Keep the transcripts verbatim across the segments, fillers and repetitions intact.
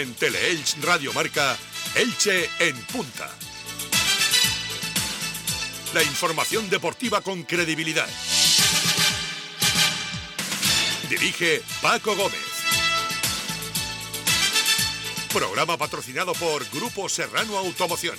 En Teleelch Radio Marca, Elche en punta. La información deportiva con credibilidad. Dirige Paco Gómez. Programa patrocinado por Grupo Serrano Automoción.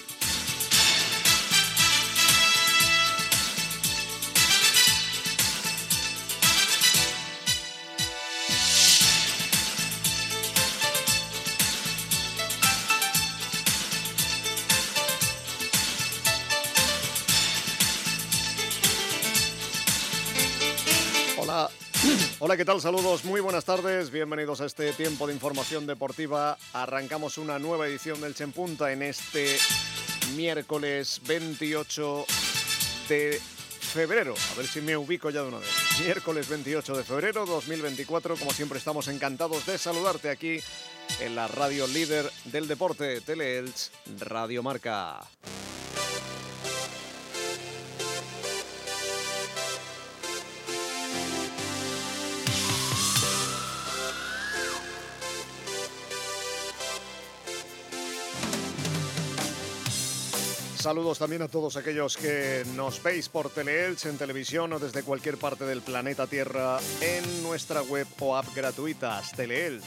Hola. Hola, ¿qué tal? Saludos, muy buenas tardes, bienvenidos a este tiempo de información deportiva. Arrancamos una nueva edición del Elche en Punta en este miércoles veintiocho de febrero. A ver si me ubico ya de una vez. Miércoles veintiocho de febrero dos mil veinticuatro, como siempre estamos encantados de saludarte aquí en la radio líder del deporte, Teleelch Radio Marca. Saludos también a todos aquellos que nos veis por Teleelch en televisión o desde cualquier parte del planeta Tierra en nuestra web o app gratuitas Teleelch.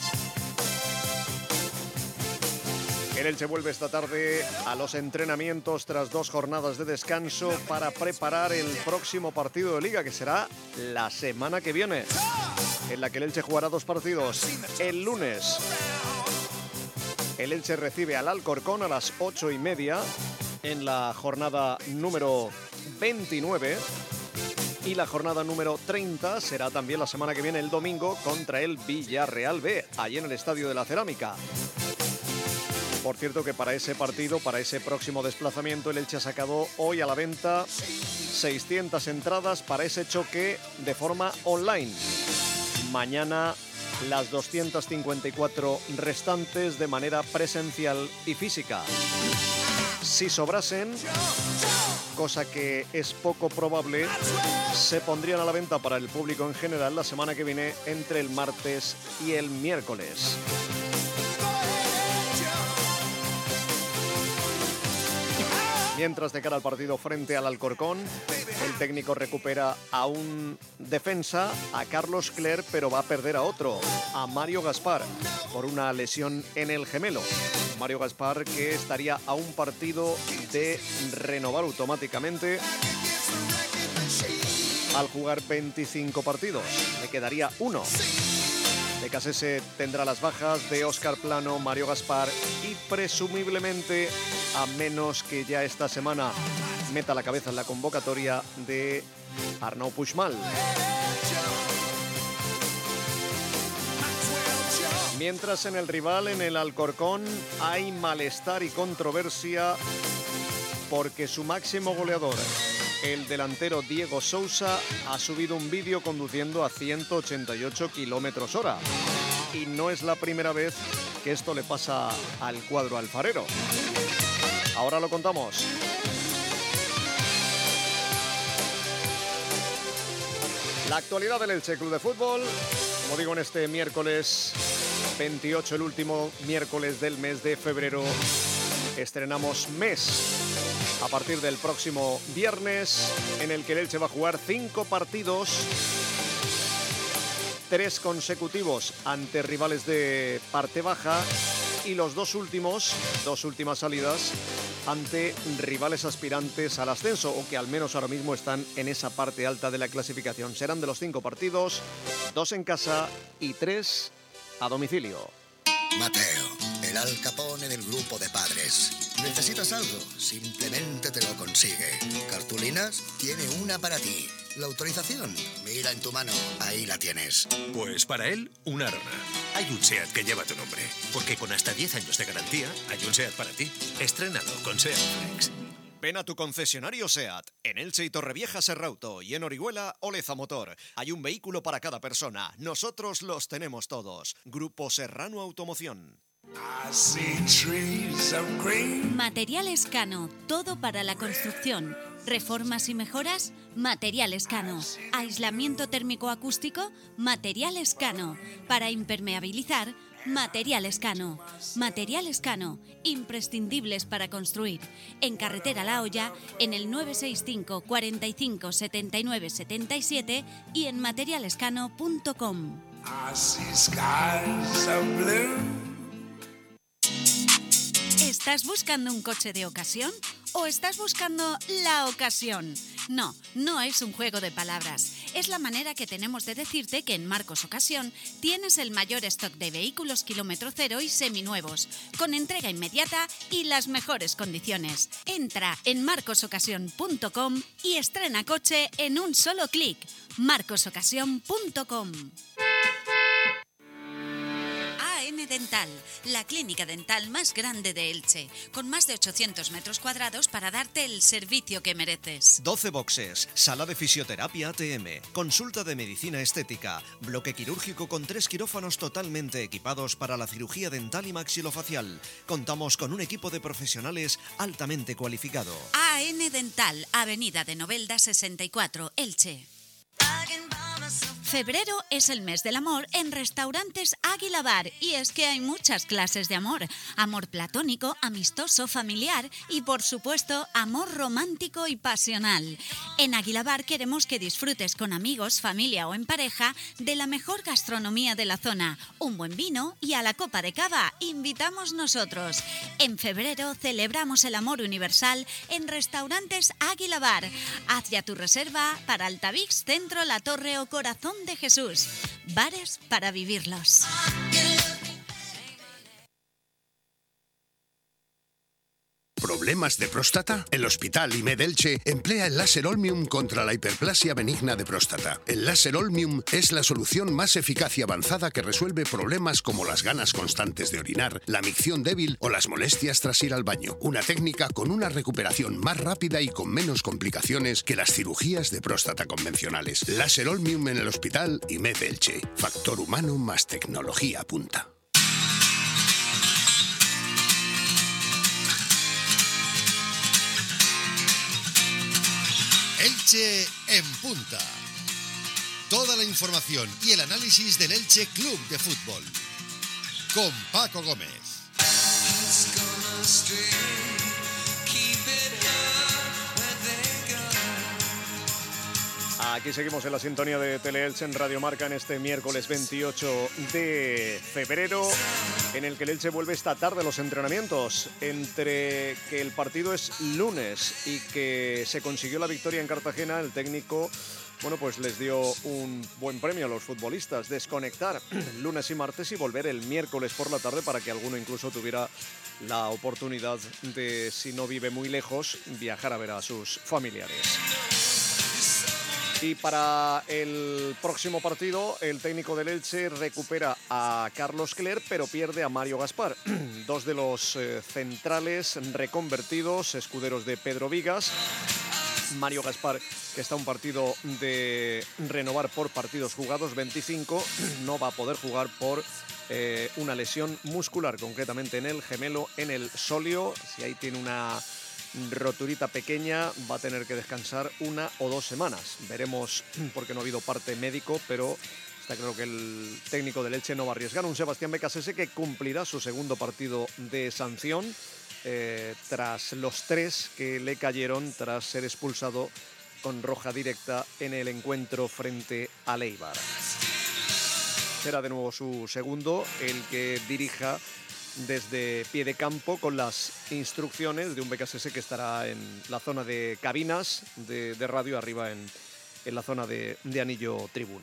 El Elche vuelve esta tarde a los entrenamientos tras dos jornadas de descanso para preparar el próximo partido de Liga, que será la semana que viene, en la que el Elche jugará dos partidos. El lunes el Elche recibe al Alcorcón a las ocho y media en la jornada número veintinueve, y la jornada número treinta será también la semana que viene, el domingo, contra el Villarreal B, allí en el Estadio de la Cerámica. Por cierto que para ese partido, para ese próximo desplazamiento, el Elche ha sacado hoy a la venta seiscientas entradas para ese choque de forma online. Mañana las doscientas cincuenta y cuatro restantes de manera presencial y física. Si sobrasen, cosa que es poco probable, se pondrían a la venta para el público en general la semana que viene, entre el martes y el miércoles. Mientras, de cara al partido frente al Alcorcón, el técnico recupera a un defensa, a Carlos Cler, pero va a perder a otro, a Mario Gaspar, por una lesión en el gemelo. Mario Gaspar, que estaría a un partido de renovar automáticamente al jugar veinticinco partidos. Le quedaría uno. De Casese tendrá las bajas de Óscar Plano, Mario Gaspar y presumiblemente, a menos que ya esta semana meta la cabeza en la convocatoria, de Arnau Puigmal. Mientras, en el rival, en el Alcorcón, hay malestar y controversia porque su máximo goleador, el delantero Diego Sousa, ha subido un vídeo conduciendo a ciento ochenta y ocho kilómetros hora. Y no es la primera vez que esto le pasa al cuadro alfarero. Ahora lo contamos. La actualidad del Elche Club de Fútbol, como digo, en este miércoles veintiocho, el último miércoles del mes de febrero. Estrenamos mes a partir del próximo viernes, en el que el Elche va a jugar cinco partidos, tres consecutivos ante rivales de parte baja y los dos últimos, dos últimas salidas ante rivales aspirantes al ascenso, o que al menos ahora mismo están en esa parte alta de la clasificación. Serán de los cinco partidos, dos en casa y tres a domicilio. Mateo, el Al Capone del grupo de padres. ¿Necesitas algo? Simplemente te lo consigue. ¿Cartulinas? Tiene una para ti. ¿La autorización? Mira en tu mano, ahí la tienes. Pues para él, una Arona. Hay un SEAT que lleva tu nombre, porque con hasta diez años de garantía, hay un SEAT para ti. Estrénalo con SEAT Flex. Ven a tu concesionario SEAT, en Elche y Torrevieja Serrauto, y en Orihuela Oleza Motor. Hay un vehículo para cada persona. Nosotros los tenemos todos. Grupo Serrano Automoción. Materiales Cano, todo para la construcción. Reformas y mejoras, Materiales Cano. Aislamiento térmico acústico, Materiales Cano. Para impermeabilizar, Materiales Cano. Materiales Cano, imprescindibles para construir. En Carretera La Hoya, en el nueve seis cinco, cuarenta y cinco, setenta y nueve, setenta y siete y en materialescano punto com. ¿Estás buscando un coche de ocasión o estás buscando la ocasión? No, no es un juego de palabras. Es la manera que tenemos de decirte que en Marcos Ocasión tienes el mayor stock de vehículos kilómetro cero y seminuevos, con entrega inmediata y las mejores condiciones. Entra en marcos ocasión punto com y estrena coche en un solo clic. marcos ocasión punto com. A N Dental, la clínica dental más grande de Elche, con más de ochocientos metros cuadrados para darte el servicio que mereces. doce boxes, sala de fisioterapia A T M, consulta de medicina estética, bloque quirúrgico con tres quirófanos totalmente equipados para la cirugía dental y maxilofacial. Contamos con un equipo de profesionales altamente cualificado. A N Dental, Avenida de Novelda sesenta y cuatro, Elche. Febrero es el mes del amor en Restaurantes Águila Bar y es que hay muchas clases de amor. Amor platónico, amistoso, familiar y por supuesto amor romántico y pasional. En Águila Bar queremos que disfrutes con amigos, familia o en pareja de la mejor gastronomía de la zona, un buen vino y a la copa de cava invitamos nosotros. En febrero celebramos el amor universal en Restaurantes Águila Bar. Haz ya tu reserva para Altavix, Centro, La Torre o Corazón de Jesús. Bares para vivirlos. ¿Problemas de próstata? El Hospital I M E D Elche emplea el láser Olmium contra la hiperplasia benigna de próstata. El láser Olmium es la solución más eficaz y avanzada que resuelve problemas como las ganas constantes de orinar, la micción débil o las molestias tras ir al baño. Una técnica con una recuperación más rápida y con menos complicaciones que las cirugías de próstata convencionales. Láser Olmium en el Hospital I M E D Elche. Factor humano más tecnología punta. Elche en punta. Toda la información y el análisis del Elche Club de Fútbol. Con Paco Gómez. Aquí seguimos en la sintonía de Teleelche en Radio Marca en este miércoles veintiocho de febrero, en el que el Elche vuelve esta tarde a los entrenamientos. Entre que el partido es lunes y que se consiguió la victoria en Cartagena, el técnico, bueno, pues les dio un buen premio a los futbolistas: desconectar lunes y martes y volver el miércoles por la tarde para que alguno incluso tuviera la oportunidad de, si no vive muy lejos, viajar a ver a sus familiares. Y para el próximo partido, el técnico del Elche recupera a Carlos Cler, pero pierde a Mario Gaspar. Dos de los eh, centrales reconvertidos, escuderos de Pedro Vigas. Mario Gaspar, que está un partido de renovar por partidos jugados, veinticinco, no va a poder jugar por eh, una lesión muscular, concretamente en el gemelo, en el sóleo. Si ahí tiene una roturita pequeña, va a tener que descansar una o dos semanas. Veremos, porque no ha habido parte médico, pero está claro que el técnico del Elche no va a arriesgar. Un Sebastián Becasese que cumplirá su segundo partido de sanción eh, tras los tres que le cayeron tras ser expulsado con roja directa en el encuentro frente al Eibar. Será de nuevo su segundo, el que dirija desde pie de campo, con las instrucciones de un Becasese que estará en la zona de cabinas de, de radio, arriba en, en la zona de, de anillo tribuna.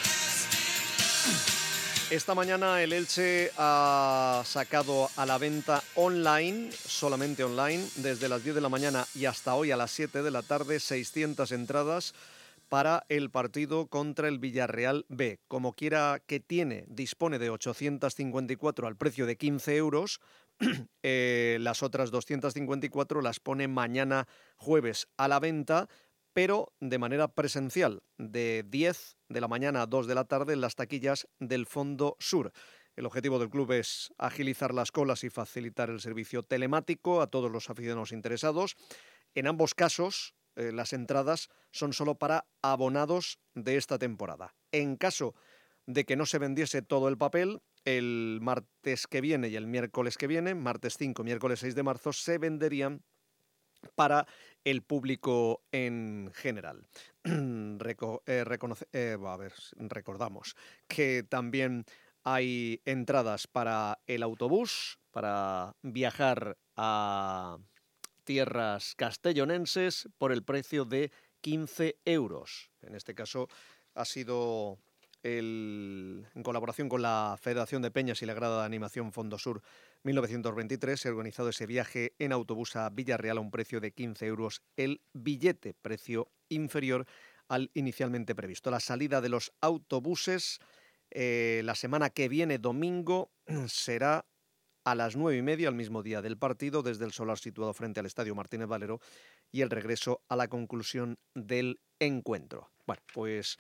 Esta mañana el Elche ha sacado a la venta online, solamente online, desde las diez de la mañana y hasta hoy a las siete de la tarde, seiscientas entradas para el partido contra el Villarreal B. Como quiera que tiene, dispone de ochocientas cincuenta y cuatro al precio de quince euros. eh, las otras doscientas cincuenta y cuatro las pone mañana jueves a la venta, pero de manera presencial, de diez de la mañana a dos de la tarde en las taquillas del Fondo Sur. El objetivo del club es agilizar las colas y facilitar el servicio telemático a todos los aficionados interesados. En ambos casos, eh, las entradas son solo para abonados de esta temporada. En caso de que no se vendiese todo el papel, el martes que viene y el miércoles que viene, martes cinco, miércoles seis de marzo, se venderían para el público en general. Reco eh, eh, a ver, recordamos que también hay entradas para el autobús, para viajar a tierras castellonenses por el precio de quince euros. En este caso ha sido el, en colaboración con la Federación de Peñas y la Grada de Animación Fondosur mil novecientos veintitrés, se ha organizado ese viaje en autobús a Villarreal a un precio de quince euros el billete, precio inferior al inicialmente previsto. La salida de los autobuses eh, la semana que viene, domingo, será a las nueve y media, al mismo día del partido, desde el solar situado frente al Estadio Martínez Valero, y el regreso a la conclusión del encuentro. Bueno, pues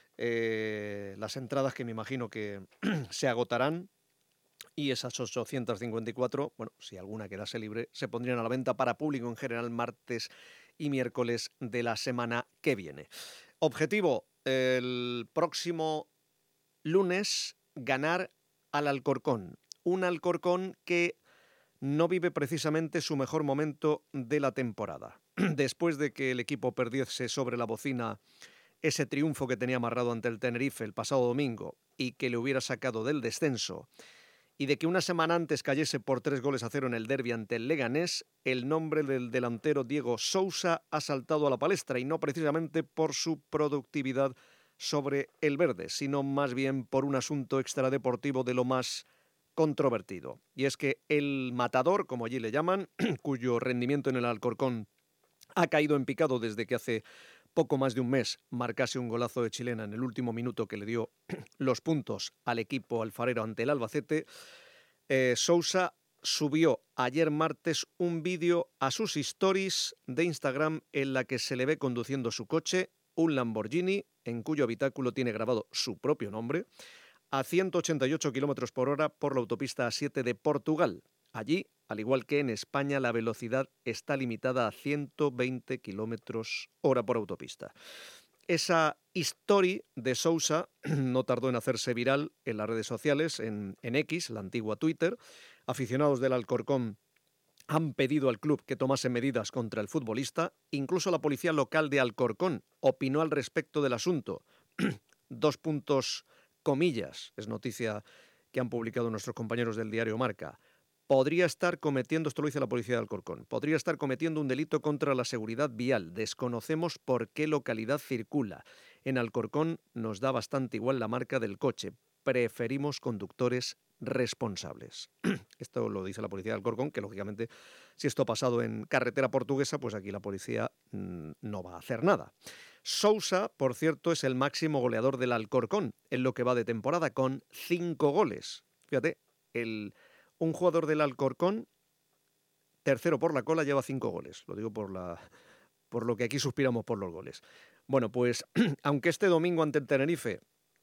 eh, las entradas que me imagino que se agotarán, y esas ochocientas cincuenta y cuatro, bueno, si alguna quedase libre, se pondrían a la venta para público en general martes y miércoles de la semana que viene. Objetivo, el próximo lunes, ganar al Alcorcón. Un Alcorcón que no vive precisamente su mejor momento de la temporada. Después de que el equipo perdiese sobre la bocina ese triunfo que tenía amarrado ante el Tenerife el pasado domingo y que le hubiera sacado del descenso, y de que una semana antes cayese por tres goles a cero en el derbi ante el Leganés, el nombre del delantero Diego Sousa ha saltado a la palestra, y no precisamente por su productividad sobre el verde, sino más bien por un asunto extradeportivo de lo más controvertido. Y es que el matador, como allí le llaman, cuyo rendimiento en el Alcorcón ha caído en picado desde que hace poco más de un mes marcase un golazo de chilena en el último minuto que le dio los puntos al equipo alfarero ante el Albacete, eh, Sousa subió ayer martes un vídeo a sus stories de Instagram en la que se le ve conduciendo su coche, un Lamborghini, en cuyo habitáculo tiene grabado su propio nombre, a ciento ochenta y ocho kilómetros por hora por la autopista A siete de Portugal. Allí, al igual que en España, la velocidad está limitada a ciento veinte kilómetros hora por autopista. Esa story de Sousa no tardó en hacerse viral en las redes sociales, en, en X, la antigua Twitter. Aficionados del Alcorcón han pedido al club que tomase medidas contra el futbolista. Incluso la policía local de Alcorcón opinó al respecto del asunto. Dos puntos, comillas, es noticia que han publicado nuestros compañeros del diario Marca. Podría estar cometiendo, esto lo dice la policía de Alcorcón, podría estar cometiendo un delito contra la seguridad vial. Desconocemos por qué localidad circula. En Alcorcón nos da bastante igual la marca del coche. Preferimos conductores responsables. Esto lo dice la policía de Alcorcón, que lógicamente, si esto ha pasado en carretera portuguesa, pues aquí la policía mmm, no va a hacer nada. Sousa, por cierto, es el máximo goleador del Alcorcón en lo que va de temporada, con cinco goles. Fíjate, el... un jugador del Alcorcón, tercero por la cola, lleva cinco goles. Lo digo por, la, por lo que aquí suspiramos por los goles. Bueno, pues aunque este domingo ante el Tenerife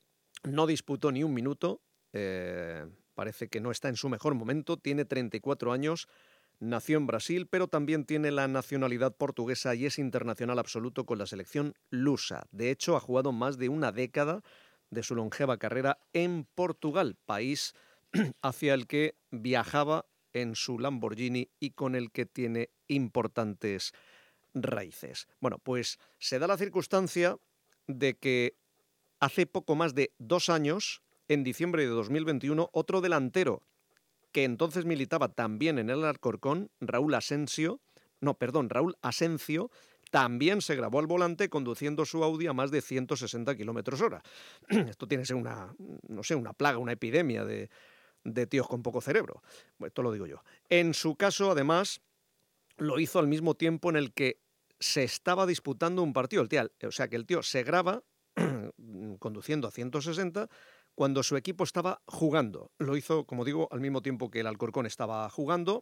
no disputó ni un minuto, eh, parece que no está en su mejor momento, tiene treinta y cuatro años, nació en Brasil, pero también tiene la nacionalidad portuguesa y es internacional absoluto con la selección lusa. De hecho, ha jugado más de una década de su longeva carrera en Portugal, país hacia el que viajaba en su Lamborghini y con el que tiene importantes raíces. Bueno, pues se da la circunstancia de que hace poco más de dos años, en diciembre de dos mil veintiuno, otro delantero que entonces militaba también en el Alcorcón, Raúl Asensio, no, perdón, Raúl Asencio, también se grabó al volante conduciendo su Audi a más de ciento sesenta kilómetros hora. Esto tiene que ser una, no sé, una plaga, una epidemia de, de tíos con poco cerebro. Bueno, esto lo digo yo. En su caso, además, lo hizo al mismo tiempo en el que se estaba disputando un partido. El tío, o sea, que el tío se graba conduciendo a ciento sesenta cuando su equipo estaba jugando. Lo hizo, como digo, al mismo tiempo que el Alcorcón estaba jugando.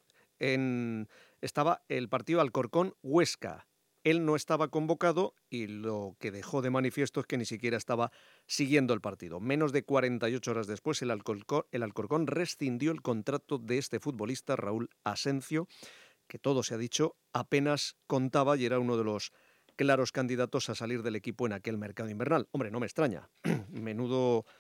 En, estaba el partido Alcorcón-Huesca. Él no estaba convocado y lo que dejó de manifiesto es que ni siquiera estaba siguiendo el partido. Menos de cuarenta y ocho horas después, el Alcorcón, el Alcorcón rescindió el contrato de este futbolista, Raúl Asencio, que todo se ha dicho, apenas contaba y era uno de los claros candidatos a salir del equipo en aquel mercado invernal. Hombre, no me extraña. Menudo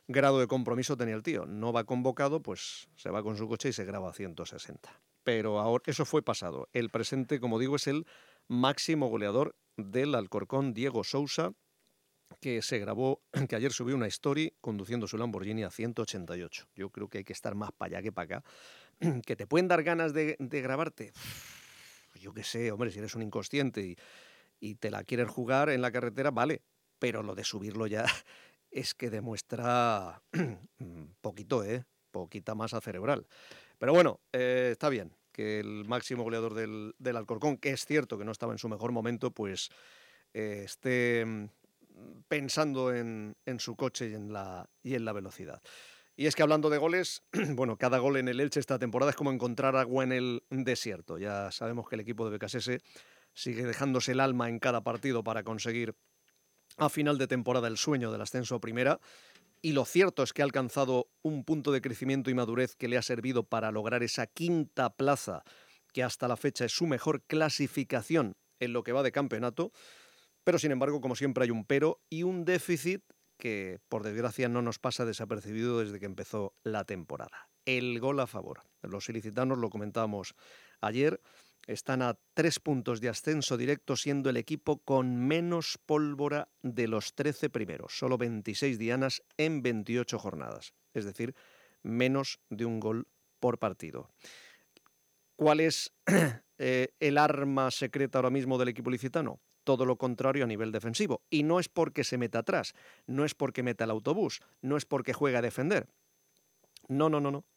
grado de compromiso tenía el tío. No va convocado, pues se va con su coche y se graba a ciento sesenta. Pero ahora eso fue pasado. El presente, como digo, es el máximo goleador del Alcorcón, Diego Sousa, que se grabó, que ayer subió una story conduciendo su Lamborghini a ciento ochenta y ocho. Yo creo que hay que estar más para allá que para acá. Que te pueden dar ganas de, de grabarte. Yo qué sé, hombre, si eres un inconsciente y, y te la quieres jugar en la carretera, vale. Pero lo de subirlo ya es que demuestra poquito, ¿eh? Poquita masa cerebral. Pero bueno, eh, está bien que el máximo goleador del, del Alcorcón, que es cierto que no estaba en su mejor momento, pues eh, esté pensando en, en su coche y en, la, y en la velocidad. Y es que hablando de goles, bueno, cada gol en el Elche esta temporada es como encontrar agua en el desierto. Ya sabemos que el equipo de B K S S sigue dejándose el alma en cada partido para conseguir a final de temporada el sueño del ascenso a primera. Y lo cierto es que ha alcanzado un punto de crecimiento y madurez que le ha servido para lograr esa quinta plaza, que hasta la fecha es su mejor clasificación en lo que va de campeonato. Pero, sin embargo, como siempre, hay un pero y un déficit que, por desgracia, no nos pasa desapercibido desde que empezó la temporada. El gol a favor. Los ilicitanos, lo comentábamos ayer, están a tres puntos de ascenso directo, siendo el equipo con menos pólvora de los trece primeros. Solo veintiséis dianas en veintiocho jornadas. Es decir, menos de un gol por partido. ¿Cuál es eh, el arma secreta ahora mismo del equipo ilicitano? Todo lo contrario a nivel defensivo. Y no es porque se meta atrás, no es porque meta el autobús, no es porque juega a defender. No, no, no, no.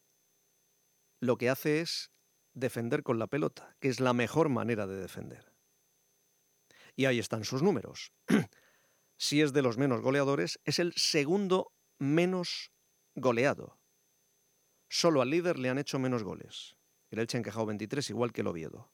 Lo que hace es defender con la pelota, que es la mejor manera de defender. Y ahí están sus números. Si es de los menos goleadores, es el segundo menos goleado. Solo al líder le han hecho menos goles. El Elche ha encajado veintitrés, igual que el Oviedo.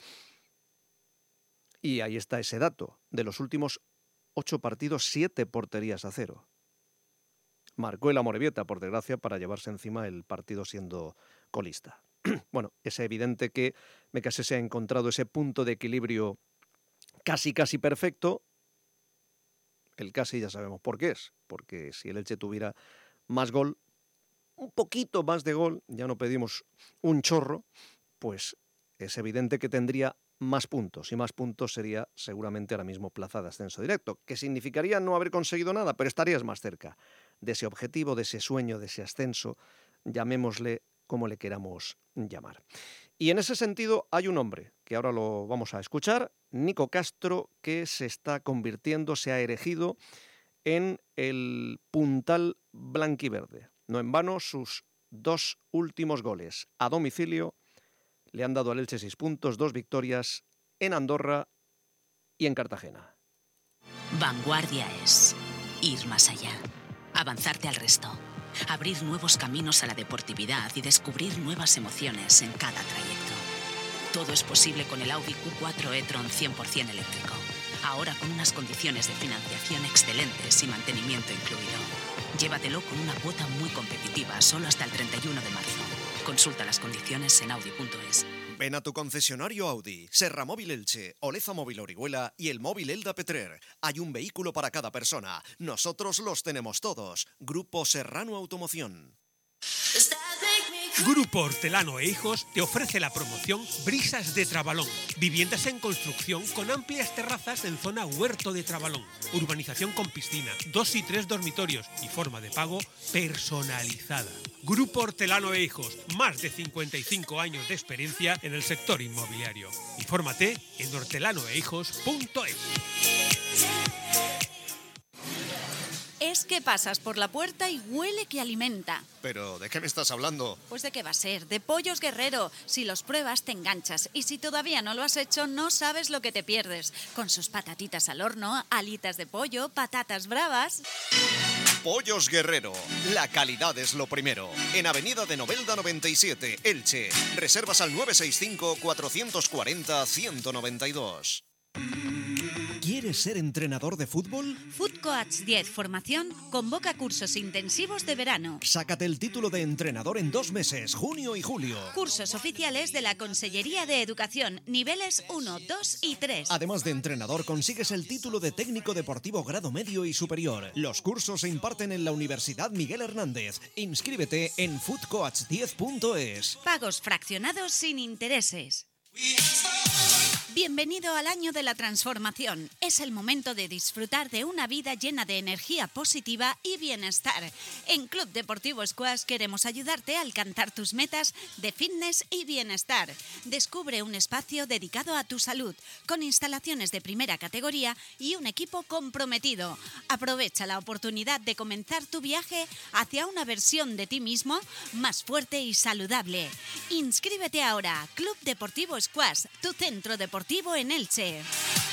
Y ahí está ese dato. De los últimos ocho partidos, siete porterías a cero. Marcó el Amorebieta, por desgracia, para llevarse encima el partido siendo colista. Bueno, es evidente que B K S S ha encontrado ese punto de equilibrio casi, casi perfecto. El casi ya sabemos por qué es. Porque si el Elche tuviera más gol, un poquito más de gol, ya no pedimos un chorro, pues es evidente que tendría más puntos, y más puntos sería seguramente ahora mismo plaza de ascenso directo, que significaría no haber conseguido nada, pero estarías más cerca de ese objetivo, de ese sueño, de ese ascenso, llamémosle como le queramos llamar. Y en ese sentido hay un hombre, que ahora lo vamos a escuchar, Nico Castro, que se está convirtiendo, se ha erigido en el puntal blanquiverde. No en vano, sus dos últimos goles a domicilio le han dado al Elche seis puntos, dos victorias en Andorra y en Cartagena. Vanguardia es ir más allá, avanzarte al resto, abrir nuevos caminos a la deportividad y descubrir nuevas emociones en cada trayecto. Todo es posible con el Audi Q cuatro e-tron cien por ciento eléctrico. Ahora con unas condiciones de financiación excelentes y mantenimiento incluido. Llévatelo con una cuota muy competitiva, solo hasta el treinta y uno de marzo. Consulta las condiciones en audi punto es. Ven a tu concesionario Audi, Serra Móvil Elche, Oleza Móvil Orihuela y el Móvil Elda Petrer. Hay un vehículo para cada persona. Nosotros los tenemos todos. Grupo Serrano Automoción. Grupo Hortelano e Hijos te ofrece la promoción Brisas de Trabalón. Viviendas en construcción con amplias terrazas en zona Huerto de Trabalón. Urbanización con piscina, dos y tres dormitorios y forma de pago personalizada. Grupo Hortelano e Hijos, más de cincuenta y cinco años de experiencia en el sector inmobiliario. Infórmate en hortelano e hijos punto es. Es que pasas por la puerta y huele que alimenta. ¿Pero de qué me estás hablando? Pues de qué va a ser, de Pollos Guerrero. Si los pruebas te enganchas y si todavía no lo has hecho no sabes lo que te pierdes. Con sus patatitas al horno, alitas de pollo, patatas bravas. Pollos Guerrero, la calidad es lo primero. En Avenida de Novelda noventa y siete, Elche. Reservas al nueve seis cinco, cuatro cuatro cero, uno cero uno nueve dos. ¿Quieres ser entrenador de fútbol? Footcoach diez Formación convoca cursos intensivos de verano. Sácate el título de entrenador en dos meses, junio y julio. Cursos oficiales de la Consellería de Educación, niveles uno, dos y tres. Además de entrenador, consigues el título de técnico deportivo grado medio y superior. Los cursos se imparten en la Universidad Miguel Hernández. Inscríbete en footcoach diez punto es. Pagos fraccionados sin intereses. Bienvenido al año de la transformación. Es el momento de disfrutar de una vida llena de energía positiva y bienestar. En Club Deportivo Squash queremos ayudarte a alcanzar tus metas de fitness y bienestar. Descubre un espacio dedicado a tu salud, con instalaciones de primera categoría y un equipo comprometido. Aprovecha la oportunidad de comenzar tu viaje hacia una versión de ti mismo más fuerte y saludable. Inscríbete ahora. Club Deportivo Squash, tu centro deportivo en Elche.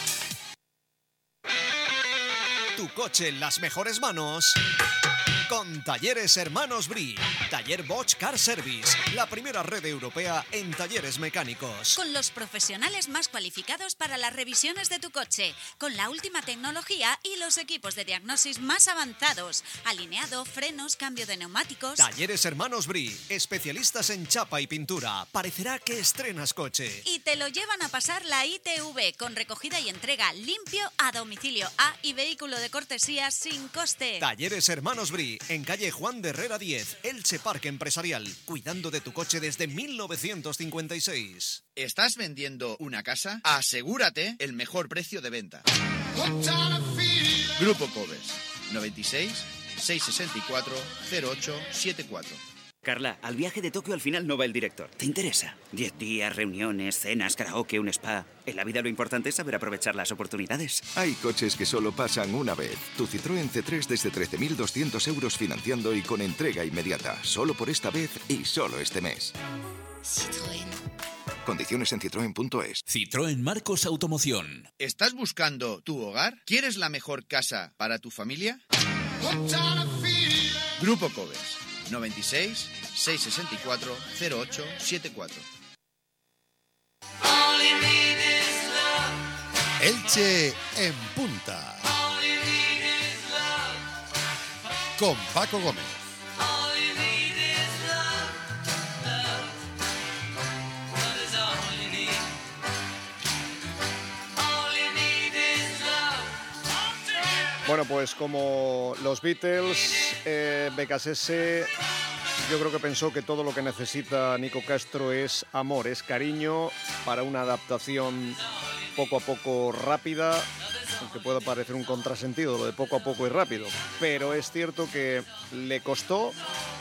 Tu coche en las mejores manos con Talleres Hermanos Brie. Taller Bosch Car Service, la primera red europea en talleres mecánicos. Con los profesionales más cualificados para las revisiones de tu coche, con la última tecnología y los equipos de diagnosis más avanzados. Alineado, frenos, cambio de neumáticos. Talleres Hermanos Brie, especialistas en chapa y pintura. Parecerá que estrenas coche. Y te lo llevan a pasar la I T V con recogida y entrega limpio a domicilio A y vehículo de cortesía sin coste. Talleres Hermanos Brie, en calle Juan de Herrera diez, Elche Parque Empresarial, cuidando de tu coche desde mil novecientos cincuenta y seis. ¿Estás vendiendo una casa? Asegúrate el mejor precio de venta. Grupo Covers, noventa y seis, seiscientos sesenta y cuatro, cero ocho setenta y cuatro. Carla, al viaje de Tokio al final no va el director. ¿Te interesa? Diez días, reuniones, cenas, karaoke, un spa. En la vida lo importante es saber aprovechar las oportunidades. Hay coches que solo pasan una vez. Tu Citroën C tres desde trece mil doscientos euros financiando y con entrega inmediata. Solo por esta vez y solo este mes. Citroën. Condiciones en citroen punto es. Citroën Marcos Automoción. ¿Estás buscando tu hogar? ¿Quieres la mejor casa para tu familia? Grupo Covers, noventa y seis, seiscientos sesenta y cuatro, cero ocho setenta y cuatro. Elche en punta. Con Paco Gómez. Bueno, pues como los Beatles, eh, B K S S, yo creo que pensó que todo lo que necesita Nico Castro es amor, es cariño para una adaptación poco a poco rápida, aunque pueda parecer un contrasentido lo de poco a poco y rápido, pero es cierto que le costó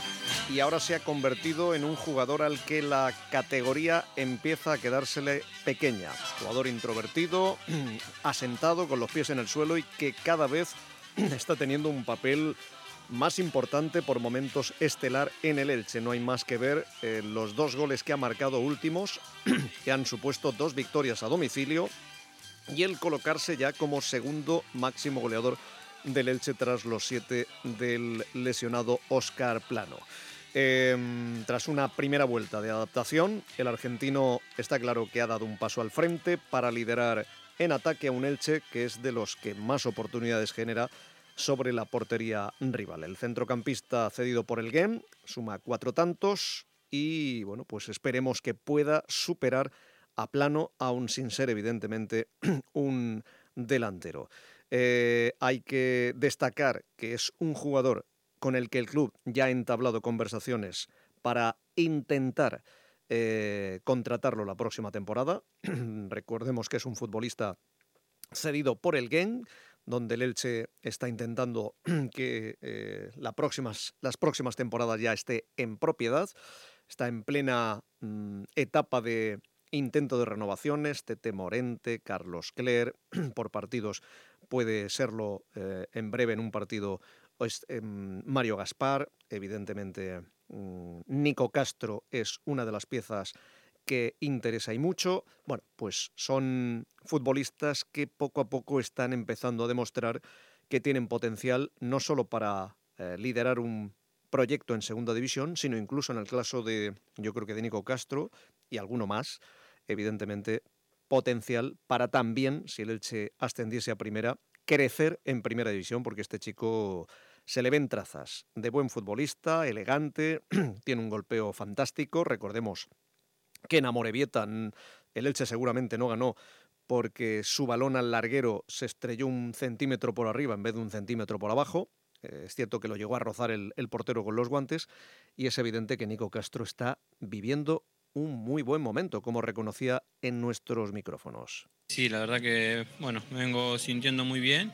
y ahora se ha convertido en un jugador al que la categoría empieza a quedársele pequeña. Jugador introvertido, asentado con los pies en el suelo y que cada vez está teniendo un papel más importante, por momentos estelar, en el Elche. No hay más que ver eh, los dos goles que ha marcado últimos, que han supuesto dos victorias a domicilio, y el colocarse ya como segundo máximo goleador del Elche tras los siete del lesionado Óscar Plano. Eh, tras una primera vuelta de adaptación, el argentino está claro que ha dado un paso al frente para liderar en ataque a un Elche que es de los que más oportunidades genera sobre la portería rival. El centrocampista cedido por el Genk suma cuatro tantos y bueno, pues esperemos que pueda superar a Plano, aún sin ser evidentemente un delantero. Eh, hay que destacar que es un jugador con el que el club ya ha entablado conversaciones para intentar eh, contratarlo la próxima temporada. Recordemos que es un futbolista cedido por el Genk, donde el Elche está intentando que eh, la próximas, las próximas temporadas ya esté en propiedad. Está en plena mm, etapa de intento de renovaciones. Tete Morente, Carlos Cler, por partidos puede serlo eh, en breve en un partido pues, eh, Mario Gaspar. Evidentemente mm, Nico Castro es una de las piezas que interesa y mucho. Bueno, pues son futbolistas que poco a poco están empezando a demostrar que tienen potencial no solo para eh, liderar un proyecto en segunda división, sino incluso en el caso de, yo creo que de Nico Castro y alguno más, evidentemente potencial para también, si el Elche ascendiese a primera, crecer en primera división, porque este chico se le ven trazas de buen futbolista, elegante, tiene un golpeo fantástico. Recordemos que en Amorebieta el Elche seguramente no ganó porque su balón al larguero se estrelló un centímetro por arriba en vez de un centímetro por abajo. Eh, es cierto que lo llegó a rozar el, el portero con los guantes, y es evidente que Nico Castro está viviendo un muy buen momento, como reconocía en nuestros micrófonos. Sí, la verdad que, bueno, me vengo sintiendo muy bien.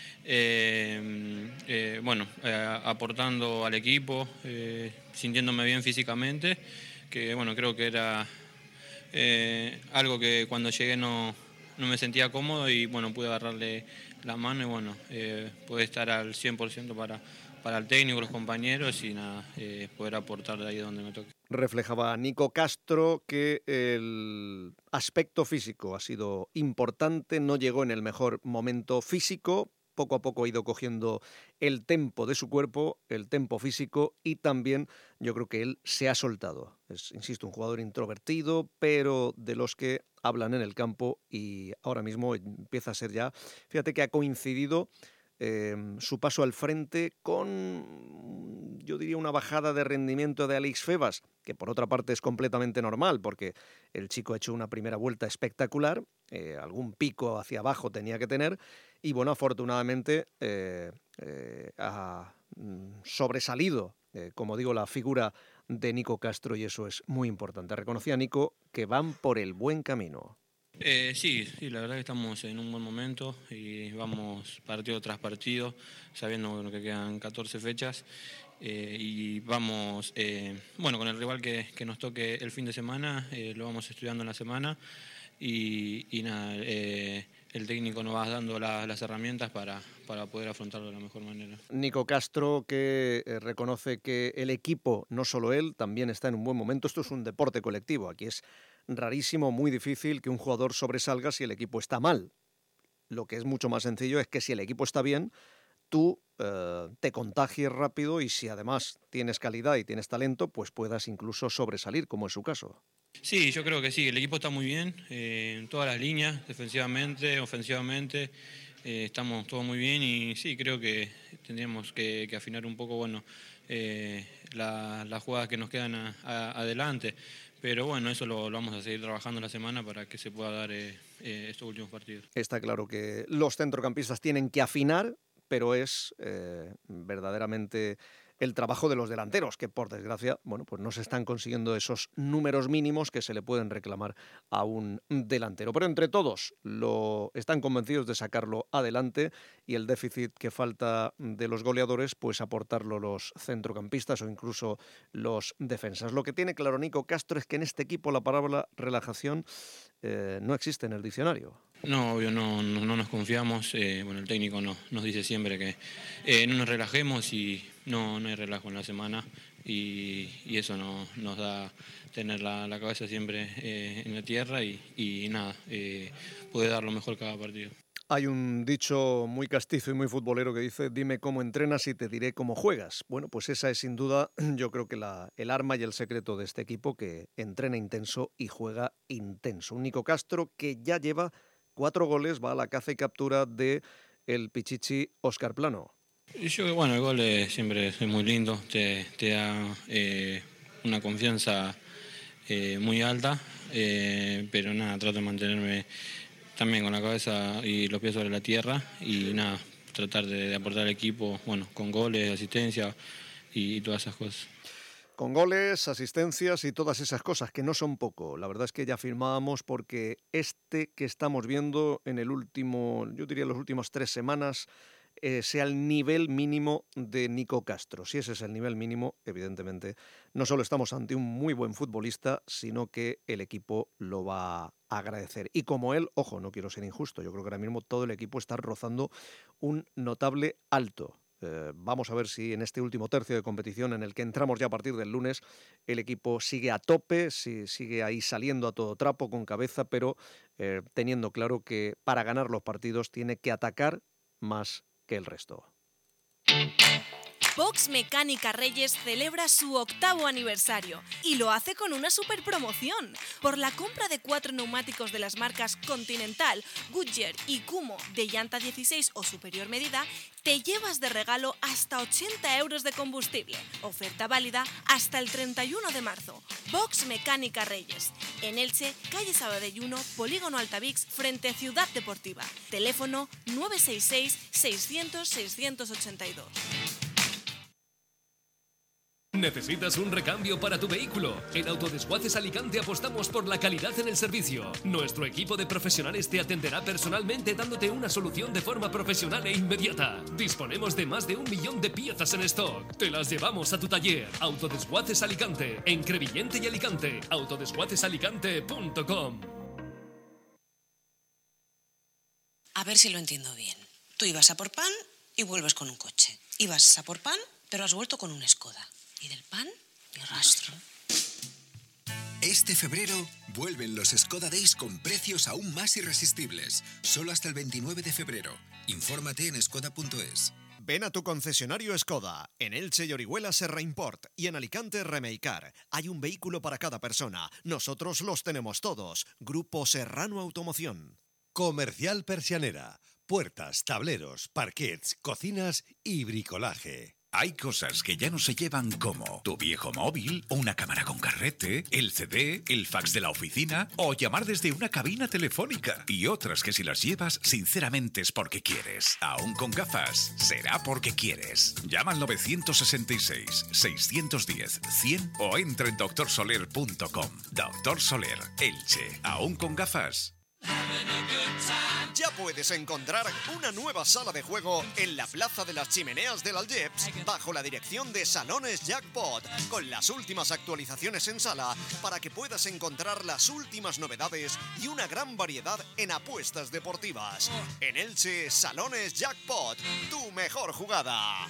Eh, eh, bueno, eh, aportando al equipo, eh, sintiéndome bien físicamente, que bueno, creo que era eh, algo que cuando llegué no, no me sentía cómodo, y bueno, pude agarrarle la mano y bueno, eh, pude estar al cien por ciento para, para el técnico, los compañeros, y nada, eh, poder aportar de ahí donde me toque. Reflejaba Nico Castro que el aspecto físico ha sido importante, no llegó en el mejor momento físico, poco a poco ha ido cogiendo el tempo de su cuerpo, el tempo físico, y también yo creo que él se ha soltado. Es, insisto, un jugador introvertido, pero de los que hablan en el campo, y ahora mismo empieza a ser ya, fíjate que ha coincidido eh, su paso al frente con, yo diría, una bajada de rendimiento de Alex Febas, que por otra parte es completamente normal, porque el chico ha hecho una primera vuelta espectacular, eh, algún pico hacia abajo tenía que tener, y bueno, afortunadamente eh, eh, ha sobresalido, eh, como digo, la figura de Nico Castro, y eso es muy importante. Reconocía Nico que van por el buen camino. Eh, sí, sí, la verdad que estamos en un buen momento y vamos partido tras partido, sabiendo bueno, que quedan catorce fechas, eh, y vamos, eh, bueno, con el rival que, que nos toque el fin de semana, eh, lo vamos estudiando en la semana, y, y nada, eh, el técnico nos va dando la, las herramientas para, para poder afrontarlo de la mejor manera. Nico Castro, que eh, reconoce que el equipo, no solo él, también está en un buen momento. Esto es un deporte colectivo, aquí es rarísimo, muy difícil que un jugador sobresalga si el equipo está mal. Lo que es mucho más sencillo es que si el equipo está bien, tú eh, te contagies rápido, y si además tienes calidad y tienes talento, pues puedas incluso sobresalir, como es su caso. Sí, yo creo que sí, el equipo está muy bien, eh, en todas las líneas, defensivamente, ofensivamente, eh, estamos todos muy bien, y sí, creo que tendríamos que, que afinar un poco, bueno, eh, la, las jugadas que nos quedan a, a, adelante, pero bueno, eso lo, lo vamos a seguir trabajando la semana para que se pueda dar eh, eh, estos últimos partidos. Está claro que los centrocampistas tienen que afinar, pero es eh, verdaderamente el trabajo de los delanteros, que por desgracia, bueno, pues no se están consiguiendo esos números mínimos que se le pueden reclamar a un delantero. Pero entre todos lo están convencidos de sacarlo adelante, y el déficit que falta de los goleadores, pues aportarlo los centrocampistas o incluso los defensas. Lo que tiene claro Nico Castro es que en este equipo la palabra relajación eh, no existe en el diccionario. No, obvio, no, no, no nos confiamos. Eh, bueno, el técnico no, nos dice siempre que eh, no nos relajemos, y no, no hay relajo en la semana, y, y eso no, nos da tener la, la cabeza siempre eh, en la tierra, y, y nada, eh, poder dar lo mejor cada partido. Hay un dicho muy castizo y muy futbolero que dice: dime cómo entrenas y te diré cómo juegas. Bueno, pues esa es sin duda, yo creo que la, el arma y el secreto de este equipo, que entrena intenso y juega intenso. Un Nico Castro que ya lleva cuatro goles, va a la caza y captura de el Pichichi Óscar Plano. Y yo, bueno, el gol es, siempre es muy lindo, te, te da eh, una confianza eh, muy alta, eh, pero nada, trato de mantenerme también con la cabeza y los pies sobre la tierra, y nada, tratar de, de aportar al equipo, bueno, con goles, asistencia y, y todas esas cosas. Con goles, asistencias y todas esas cosas, que no son poco. La verdad es que ya firmábamos porque este que estamos viendo en el último, yo diría las últimas tres semanas, eh, sea el nivel mínimo de Nico Castro. Si ese es el nivel mínimo, evidentemente, no solo estamos ante un muy buen futbolista, sino que el equipo lo va a agradecer. Y como él, ojo, no quiero ser injusto, yo creo que ahora mismo todo el equipo está rozando un notable alto. Eh, vamos a ver si en este último tercio de competición, en el que entramos ya a partir del lunes, el equipo sigue a tope, si, sigue ahí saliendo a todo trapo, con cabeza, pero eh, teniendo claro que para ganar los partidos tiene que atacar más que el resto. Box Mecánica Reyes celebra su octavo aniversario y lo hace con una super promoción. Por la compra de cuatro neumáticos de las marcas Continental, Goodyear y Kumho de llanta dieciséis o superior medida, te llevas de regalo hasta ochenta euros de combustible. Oferta válida hasta el treinta y uno de marzo. Box Mecánica Reyes. En Elche, calle Sabadelluno, Polígono Altavix, frente a Ciudad Deportiva. Teléfono nueve seis seis, seiscientos, seiscientos ochenta y dos. ¿Necesitas un recambio para tu vehículo? En Autodesguaces Alicante apostamos por la calidad en el servicio. Nuestro equipo de profesionales te atenderá personalmente dándote una solución de forma profesional e inmediata. Disponemos de más de un millón de piezas en stock. Te las llevamos a tu taller. Autodesguaces Alicante, en Crevillente y Alicante. autodesguaces alicante punto com. A ver si lo entiendo bien. Tú ibas a por pan y vuelves con un coche. Ibas a por pan, pero has vuelto con un Skoda. Y del pan, ni rastro. Este febrero vuelven los Skoda Days con precios aún más irresistibles. Solo hasta el veintinueve de febrero. Infórmate en skoda punto es. Ven a tu concesionario Skoda. En Elche y Orihuela Serra Import y en Alicante Remeicar. Hay un vehículo para cada persona. Nosotros los tenemos todos. Grupo Serrano Automoción. Comercial Persianera. Puertas, tableros, parquets, cocinas y bricolaje. Hay cosas que ya no se llevan como tu viejo móvil, una cámara con carrete, el C D, el fax de la oficina o llamar desde una cabina telefónica. Y otras que si las llevas, sinceramente es porque quieres. Aún con gafas, será porque quieres. Llama al nueve seis seis, seis uno cero, cien o entra en doctor soler punto com. Doctor Soler, Elche. Aún con gafas. Ya puedes encontrar una nueva sala de juego en la Plaza de las Chimeneas del Algeps bajo la dirección de Salones Jackpot, con las últimas actualizaciones en sala para que puedas encontrar las últimas novedades y una gran variedad en apuestas deportivas. En Elche, Salones Jackpot, tu mejor jugada.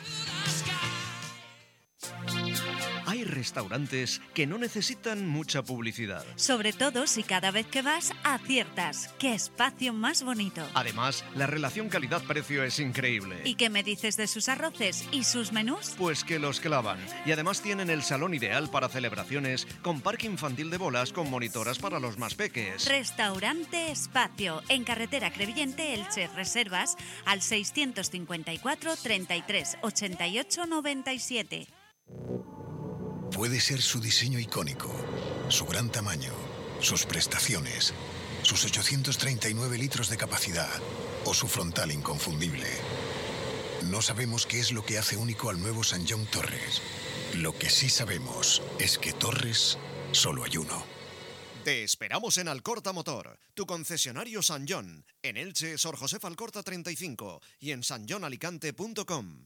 Hay restaurantes que no necesitan mucha publicidad. Sobre todo si cada vez que vas aciertas. ¡Qué espacio más bonito! Además, la relación calidad-precio es increíble. ¿Y qué me dices de sus arroces y sus menús? Pues que los clavan. Y además tienen el salón ideal para celebraciones, con parque infantil de bolas con monitoras para los más peques. Restaurante Espacio, en carretera Crevillente, Elche. Reservas al seiscientos cincuenta y cuatro, treinta y tres, ochenta y ocho, noventa y siete. Puede ser su diseño icónico, su gran tamaño, sus prestaciones, sus ochocientos treinta y nueve litros de capacidad o su frontal inconfundible. No sabemos qué es lo que hace único al nuevo Sanyong Torres. Lo que sí sabemos es que Torres solo hay uno. Te esperamos en Alcorta Motor, tu concesionario Sanyong, en Elche, Sor Josef Alcorta treinta y cinco y en sanyong alicante punto com.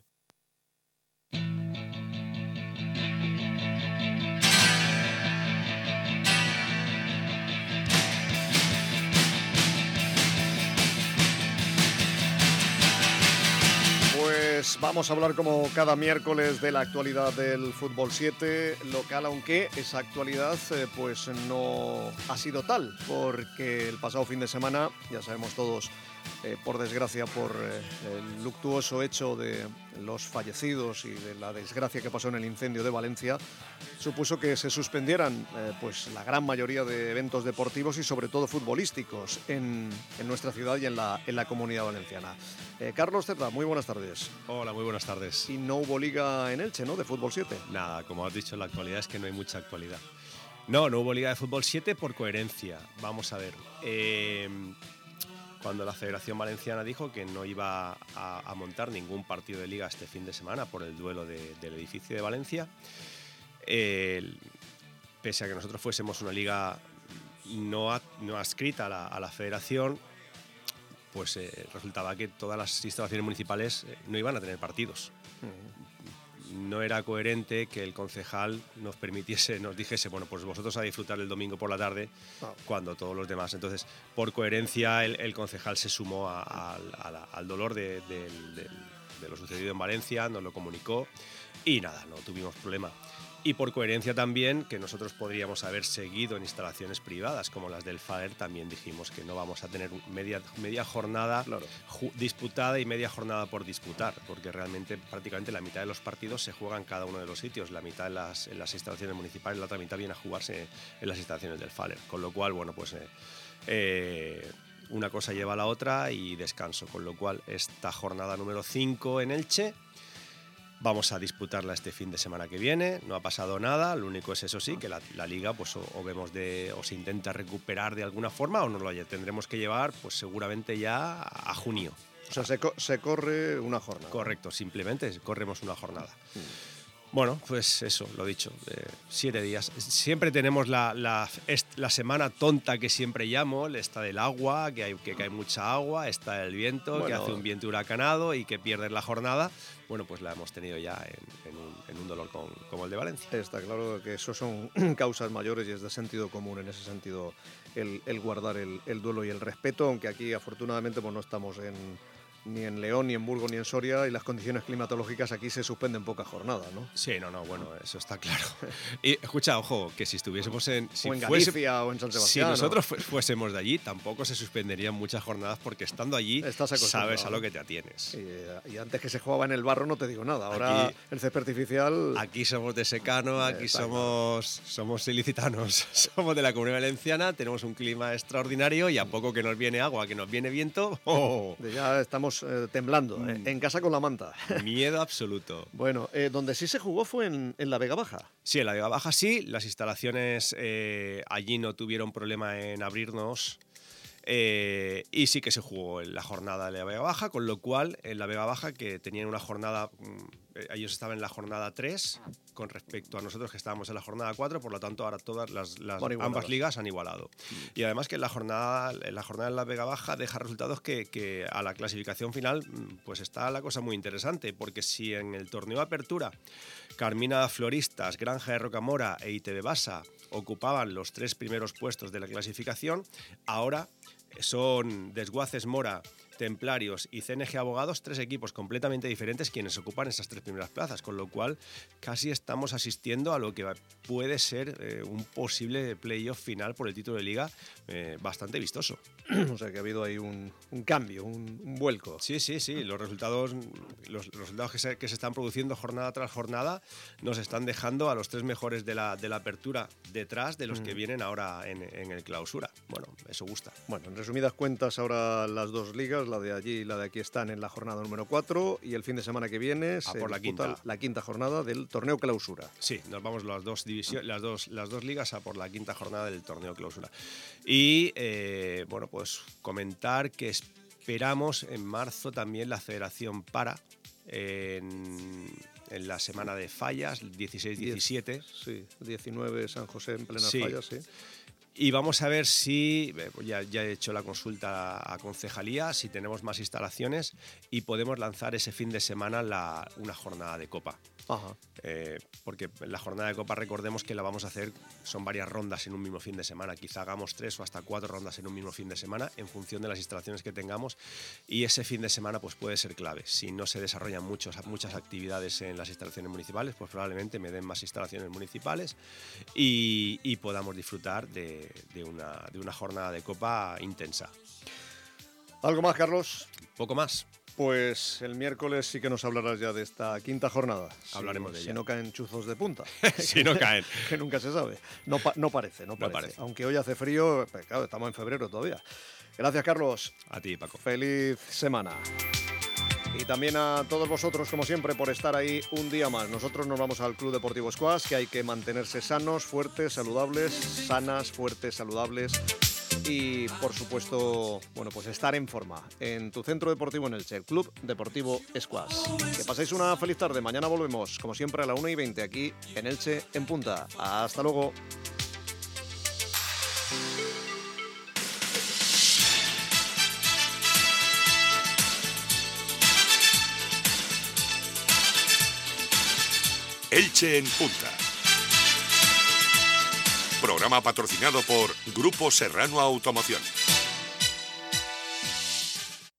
Pues vamos a hablar como cada miércoles de la actualidad del fútbol siete local, aunque esa actualidad eh, pues no ha sido tal, porque el pasado fin de semana, ya sabemos todos, eh, por desgracia, por eh, el luctuoso hecho de los fallecidos y de la desgracia que pasó en el incendio de Valencia, supuso que se suspendieran eh, pues la gran mayoría de eventos deportivos y sobre todo futbolísticos en, en nuestra ciudad y en la, en la Comunidad Valenciana. Eh, Carlos Cerda, muy buenas tardes. Hola, muy buenas tardes. Y no hubo liga en Elche, ¿no?, de fútbol siete. Nada, como has dicho, la actualidad es que no hay mucha actualidad. No, no hubo liga de fútbol siete por coherencia. Vamos a ver. Eh, cuando la Federación Valenciana dijo que no iba a, a montar ningún partido de liga este fin de semana por el duelo de, del edificio de Valencia, eh, pese a que nosotros fuésemos una liga no, a, no adscrita a la, a la Federación, pues eh, resultaba que todas las instalaciones municipales eh, no iban a tener partidos. No era coherente que el concejal nos permitiese, nos dijese, bueno, pues vosotros a disfrutar el domingo por la tarde, oh. cuando todos los demás. Entonces, por coherencia, el, el concejal se sumó a, a, a la, al dolor de, de, de, de lo sucedido en Valencia, nos lo comunicó y nada, no tuvimos problema. Y por coherencia también, que nosotros podríamos haber seguido en instalaciones privadas, como las del Fader, también dijimos que no vamos a tener media, media jornada claro. disputada y media jornada por disputar, porque realmente prácticamente la mitad de los partidos se juegan en cada uno de los sitios, la mitad en las, en las instalaciones municipales, la otra mitad viene a jugarse en las instalaciones del Fader. Con lo cual, bueno, pues eh, eh, una cosa lleva a la otra y descanso. Con lo cual, esta jornada número cinco en Elche vamos a disputarla este fin de semana que viene, no ha pasado nada, lo único es eso sí, que la, la Liga pues o, o vemos de o se intenta recuperar de alguna forma o no lo tendremos que llevar pues seguramente ya a junio. O sea, se, co se corre una jornada. Correcto, simplemente corremos una jornada. Mm. Bueno, pues eso, lo dicho, eh, siete días. Siempre tenemos la, la, la semana tonta que siempre llamo, esta del agua, que, hay, que cae mucha agua, está el viento, bueno, que hace un viento huracanado y que pierdes la jornada. Bueno, pues la hemos tenido ya en, en, un, en un dolor con, como el de Valencia. Está claro que eso son causas mayores y es de sentido común en ese sentido el, el guardar el, el duelo y el respeto, aunque aquí afortunadamente pues no estamos en... ni en León, ni en Burgos, ni en Soria, y las condiciones climatológicas aquí se suspenden pocas jornadas, ¿no? Sí, no, no, bueno, eso está claro. Y escucha, ojo, que si estuviésemos en... Si o en fuese, Galicia o en San Sebastián. Si nosotros fuésemos de allí, tampoco se suspenderían muchas jornadas porque estando allí sabes a lo que te atienes. Y, y antes que se jugaba en el barro no te digo nada, ahora aquí, el césped artificial... Aquí somos de secano, aquí somos, somos ilicitanos, somos de la Comunidad Valenciana, tenemos un clima extraordinario y a poco que nos viene agua, que nos viene viento... ¡oh! Ya estamos... Eh, temblando, mm. eh, en casa con la manta. Miedo absoluto. Bueno, eh, donde sí se jugó fue en, en la Vega Baja. Sí, en la Vega Baja sí, las instalaciones eh, allí no tuvieron problema en abrirnos eh, y sí que se jugó en la jornada de la Vega Baja, con lo cual en la Vega Baja que tenían una jornada, eh, ellos estaban en la jornada tres con respecto a nosotros que estábamos en la jornada cuatro, por lo tanto ahora todas las, las ambas ligas han igualado. Mm. Y además que en la jornada en la jornada de la Vega Baja deja resultados que, que a la clasificación final pues está la cosa muy interesante, porque si en el torneo de apertura Carmina Floristas, Granja de Rocamora e I T V Basa ocupaban los tres primeros puestos de la clasificación, ahora son Desguaces Mora, Templarios y C N G Abogados, tres equipos completamente diferentes quienes ocupan esas tres primeras plazas, con lo cual casi estamos asistiendo a lo que puede ser eh, un posible playoff final por el título de liga eh, bastante vistoso. O sea que ha habido ahí un, un cambio, un, un vuelco. Sí, sí, sí, los resultados, los, los resultados que se, que se están produciendo jornada tras jornada nos están dejando a los tres mejores de la, de la apertura detrás de los mm. que vienen ahora en, en el clausura. Bueno, eso gusta. Bueno, en resumidas cuentas ahora las dos ligas, la de allí y la de aquí, están en la jornada número cuatro y el fin de semana que viene a se por la quinta. la quinta jornada del torneo clausura. Sí, nos vamos las dos divisiones, las dos, las dos ligas a por la quinta jornada del torneo clausura. Y eh, bueno, pues comentar que esperamos en marzo también la Federación para en, en la semana de fallas, dieciséis diecisiete. Sí, diecinueve San José en plena sí. fallas, sí. Y vamos a ver si, ya, ya he hecho la consulta a Concejalía, si tenemos más instalaciones y podemos lanzar ese fin de semana la, una jornada de Copa. Ajá. Eh, porque la jornada de Copa, recordemos que la vamos a hacer, son varias rondas en un mismo fin de semana, quizá hagamos tres o hasta cuatro rondas en un mismo fin de semana en función de las instalaciones que tengamos, y ese fin de semana pues puede ser clave. Si no se desarrollan muchos, muchas actividades en las instalaciones municipales, pues probablemente me den más instalaciones municipales y, y podamos disfrutar de, de, una, de una jornada de Copa intensa. ¿Algo más, Carlos? Poco más. Pues el miércoles sí que nos hablarás ya de esta quinta jornada. Hablaremos si, de ella. Si no caen chuzos de punta. Si no caen. Que nunca se sabe. No, pa no parece, no parece. No parece. Aunque hoy hace frío, pues claro, estamos en febrero todavía. Gracias, Carlos. A ti, Paco. Feliz semana. Y también a todos vosotros, como siempre, por estar ahí un día más. Nosotros nos vamos al Club Deportivo Squash, que hay que mantenerse sanos, fuertes, saludables, sanas, fuertes, saludables. Y, por supuesto, bueno, pues estar en forma en tu centro deportivo en Elche, el Club Deportivo Squash. Que paséis una feliz tarde. Mañana volvemos, como siempre, a la una y veinte aquí en Elche en Punta. Hasta luego. Elche en Punta. Programa patrocinado por Grupo Serrano Automoción.